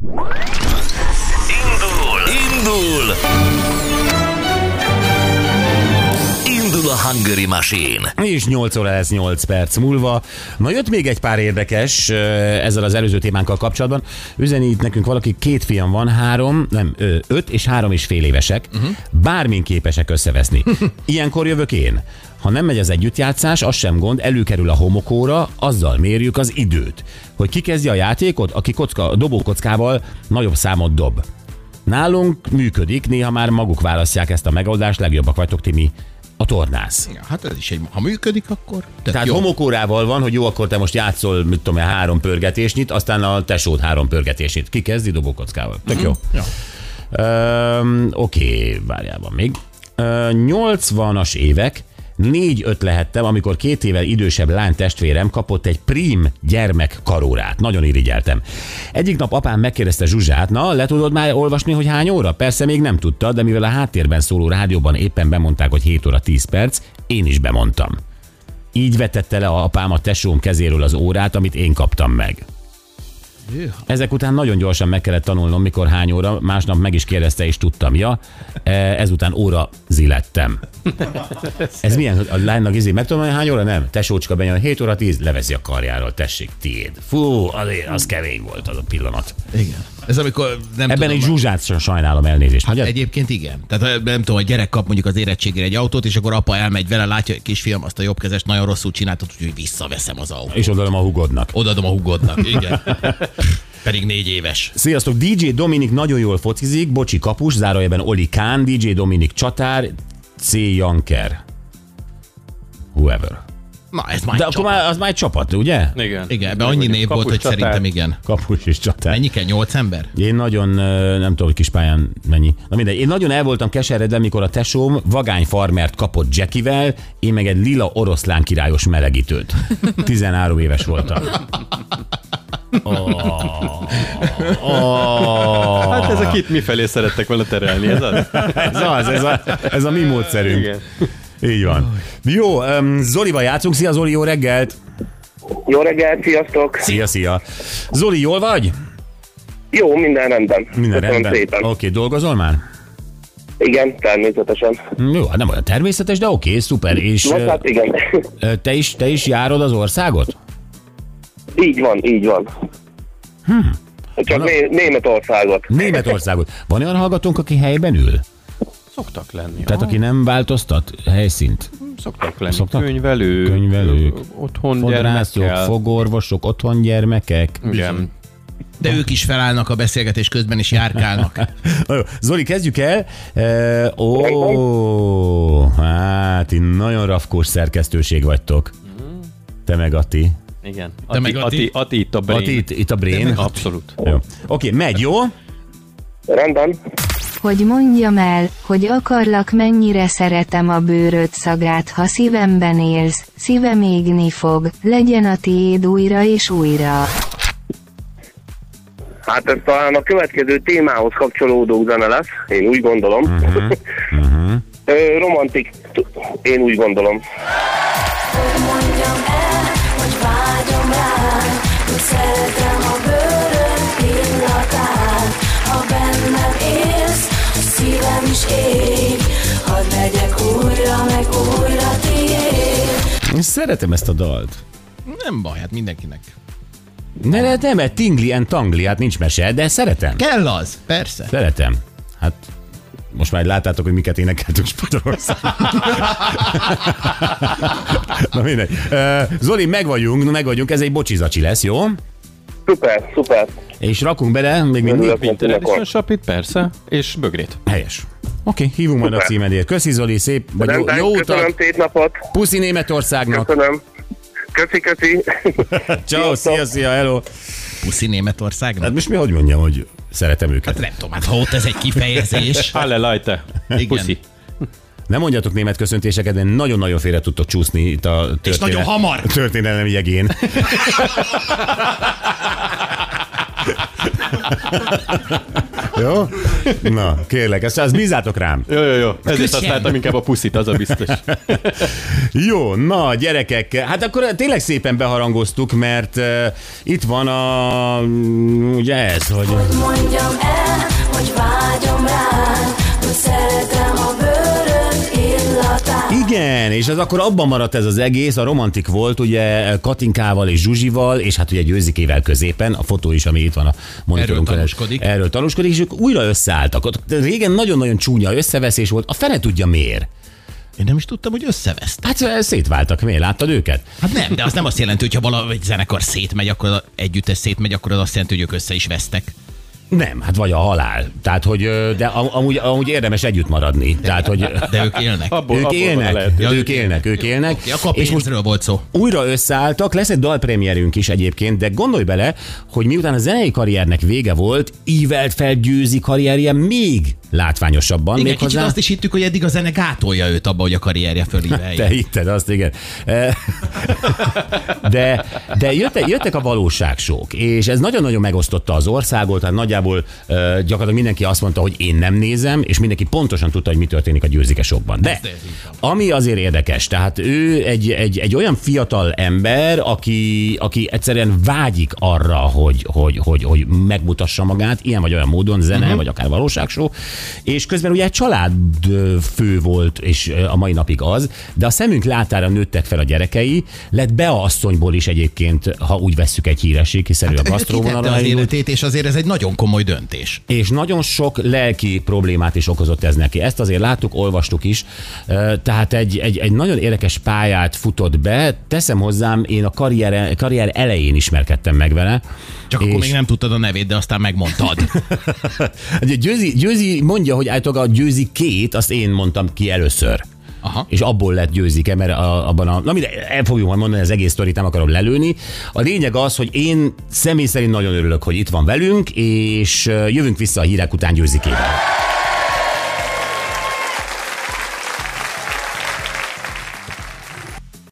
Indul a Hungary Machine. És 8 óra lesz 8 perc múlva. Na, jött még egy pár érdekes ezzel az előző témánkkal kapcsolatban. Üzenít nekünk valaki, 2 fiam van, 5 és 3,5 évesek. Bármin képesek összeveszni. Ilyenkor jövök én. Ha nem megy az együttjátszás, az sem gond, előkerül a homokóra, azzal mérjük az időt. Hogy ki kezdi a játékot, aki dobókockával nagyobb számot dob. Nálunk működik, néha már maguk választják ezt a megoldást, legjobbak vagytok ti, mi a tornász. Ja, hát ez is ha működik, akkor... Tehát homokórával van, hogy jó, akkor te most játszol, mit tudom, 3 pörgetésnyit, aztán a tesód 3 pörgetésnyit. Ki kezdi dobókockával? Tök jó. Ja. Oké, várjál, van még. 80-as évek, 4-5 lehettem, amikor 2 évvel idősebb lány testvérem kapott egy prim gyermek karórát. Nagyon irigyeltem. Egyik nap apám megkérdezte Zsuzsát, na, le tudod már olvasni, hogy hány óra? Persze még nem tudta, de mivel a háttérben szóló rádióban éppen bemondták, hogy 7 óra 10 perc, én is bemondtam. Így vetette le apám a tesóm kezéről az órát, amit én kaptam meg. Ezek után nagyon gyorsan meg kellett tanulnom, mikor hány óra, másnap meg is kérdezte, és tudtam. Ja, ezután óra zilettem. Ez milyen, a lánynak meg tudom, hogy hány óra? Nem. Tesócska bejön, 7 óra 10, leveszi a karjáról, tessék, tiéd. Fú, az kemény volt az a pillanat. Igen. Ez amikor nem ebben egy Zsuzsát sem sajnálom, elnézést. Hát egyébként igen. Tehát nem tudom, a gyerek kap mondjuk az érettségére egy autót, és akkor apa elmegy vele, látja, hogy kisfiam, azt a jobbkezest nagyon rosszul csináltad, úgyhogy visszaveszem az autót. És odaadom a hugodnak. Odaadom a hugodnak, igen. Pedig 4 éves. Sziasztok, DJ Dominik nagyon jól focizik, Bocsi kapus, zárójelben Oli Kán, DJ Dominik csatár, C. Janker. Whoever. Na, ez már de akkor már, az már egy csapat, ugye? Igen, de annyi név volt, hogy csatár. Szerintem igen. Kapus és csatár. Mennyi kell? 8 ember? Én nagyon, nem tudom, hogy kispályán mennyi. Na mindegy, én nagyon el voltam keseredve, mikor a tesóm vagány farmert kapott Jackivel, én meg egy lila oroszlán királyos melegítőt. 13 éves voltam. Hát ez a kit mifelé szerettek volna terelni, ez az? ez a mi módszerünk. Igen. Így van. Jó, Zolival játszunk. Szia Zoli, jó reggelt! Jó reggelt, sziasztok! Szia! Zoli, jól vagy? Jó, minden rendben. Minden Köszönöm rendben. szépen. Oké, dolgozol már? Igen, természetesen. Jó, hát nem olyan természetes, de oké, szuper. És Most hát igen. te is járod az országot? Így van. Csak Németországot. Van olyan hallgatónk, aki helyben ül? Szoktak lenni. Tehát aki nem változtat helyszínt? Szoktak lenni. Könyvelők, otthon fodrászok, gyermekkel. fogorvosok, otthon gyermekek. Igen. De ők is felállnak a beszélgetés közben, és járkálnak. Jó, Zoli, kezdjük el. Hát, nagyon rafkós szerkesztőség vagytok. Te meg Ati. Igen. Ati itt a brain. Itt a brain. Abszolút. Oké, megy, jó? Rendben. Hogy mondjam el, hogy akarlak, mennyire szeretem a bőröd szagát, ha szívemben élsz, szívem égni fog, legyen a tiéd újra és újra. Hát ez talán a következő témához kapcsolódó zene lesz, én úgy gondolom. Romantik, én úgy gondolom. Hogy mondjam el, hogy vágyom rád, hogy szeretem a bőröd illatát. Ha bennem élsz, a szívem is ég, hadd legyek újra, meg újra tiéd. Én szeretem ezt a dalt. Nem baj, hát mindenkinek. Nem, Tingli and Tangli, hát nincs mese, de szeretem. Kell az, persze. Szeretem. Hát most már láttátok, hogy miket énekeltünk Spanyolországban. Na mindegy. Zoli, megvagyunk, ez egy bocsizacsi lesz, jó? Szuper. És rakunk bele még mindig. Örülök. Winter Edition sapit, persze, és bögrét. Helyes. Oké, hívunk majd a címedért. Köszi Zoli, szép, vagy Rendben, jó köszönöm, utat. szép napot. Puszi Németországnak. Köszönöm. Köszi. Ciao, szia, hello. Puszi Németországnak? Hát most mi hogy mondjam, hogy szeretem őket? Hát nem tudom, hát ha ott ez egy kifejezés. Halle Leute. Igen. Puszi. Nem mondjatok német köszöntéseket, de nagyon-nagyon félre tudtok csúszni itt a És nagyon hamar. történelem jegén. Jó? Na, kérlek, ezt bízzátok rám. Jó. Ezért használtam inkább a puszit, az a biztos. Jó, na gyerekek, hát akkor tényleg szépen beharangoztuk, mert itt van ugye ez, hogy... Hogy mondjam el, hogy vágyom rád, hogy szeretem a bőröd illatát. Igen, és ez akkor abban maradt ez az egész, a romantik volt, ugye Katinkával és Zsuzsival, és hát ugye Győzikével középen, a fotó is, ami itt van a monitorunkon. Erről tanúskodik, és ők újra összeálltak. Ott régen nagyon-nagyon csúnya összeveszés volt, a fene tudja miért. Én nem is tudtam, hogy összevesztek. Hát szétváltak, miért? Láttad őket? Hát nem, de az nem azt jelenti, hogyha valahogy zenekar szétmegy, akkor együttes szétmegy, akkor az azt jelenti, hogy ők össze is vesztek. Nem, hát vagy a halál. Tehát, hogy, de amúgy érdemes együtt maradni. Tehát, hogy de ők élnek. Ők élnek. Okay, akkor és most volt szó. Újra összeálltak, lesz egy dalpremierünk is egyébként, de gondolj bele, hogy miután a zenei karriernek vége volt, ívelt fel Győzi karrierje még látványosabban. Igen, még kicsit hozzá... azt is hittük, hogy eddig a zene gátolja őt abba, hogy a karrierje fölíveljen. Te hitted azt, igen. De jöttek a valóságsók, és ez nagyon-nagyon megosztotta az országot, tehát nagyjából gyakorlatilag mindenki azt mondta, hogy én nem nézem, és mindenki pontosan tudta, hogy mi történik a Győzike-sokban. De ami azért érdekes, tehát ő egy olyan fiatal ember, aki egyszerűen vágyik arra, hogy megmutassa magát, ilyen vagy olyan módon, zene, vagy akár valóságshow, és közben ugye egy családfő volt, és a mai napig az, de a szemünk látára nőttek fel a gyerekei, lett Bea asszonyból is egyébként, ha úgy vesszük, egy híresség, hiszen ő a gasztróvonalra az életét, és azért ez egy nagyon komoly döntés. És nagyon sok lelki problémát is okozott ez neki. Ezt azért láttuk, olvastuk is. Tehát egy nagyon érdekes pályát futott be. Teszem hozzám, én a karrier elején ismerkedtem meg vele. Csak akkor még nem tudtad a nevét, de aztán megmondtad. Győzi mondja, hogy általában a Győzi 2, azt én mondtam ki először. Aha. És abból lett Győzike, mert abban na mindegy, el fogjuk majd mondani az egész sztorit, nem akarom lelőni. A lényeg az, hogy én személy szerint nagyon örülök, hogy itt van velünk, és jövünk vissza a hírek után Győzikével.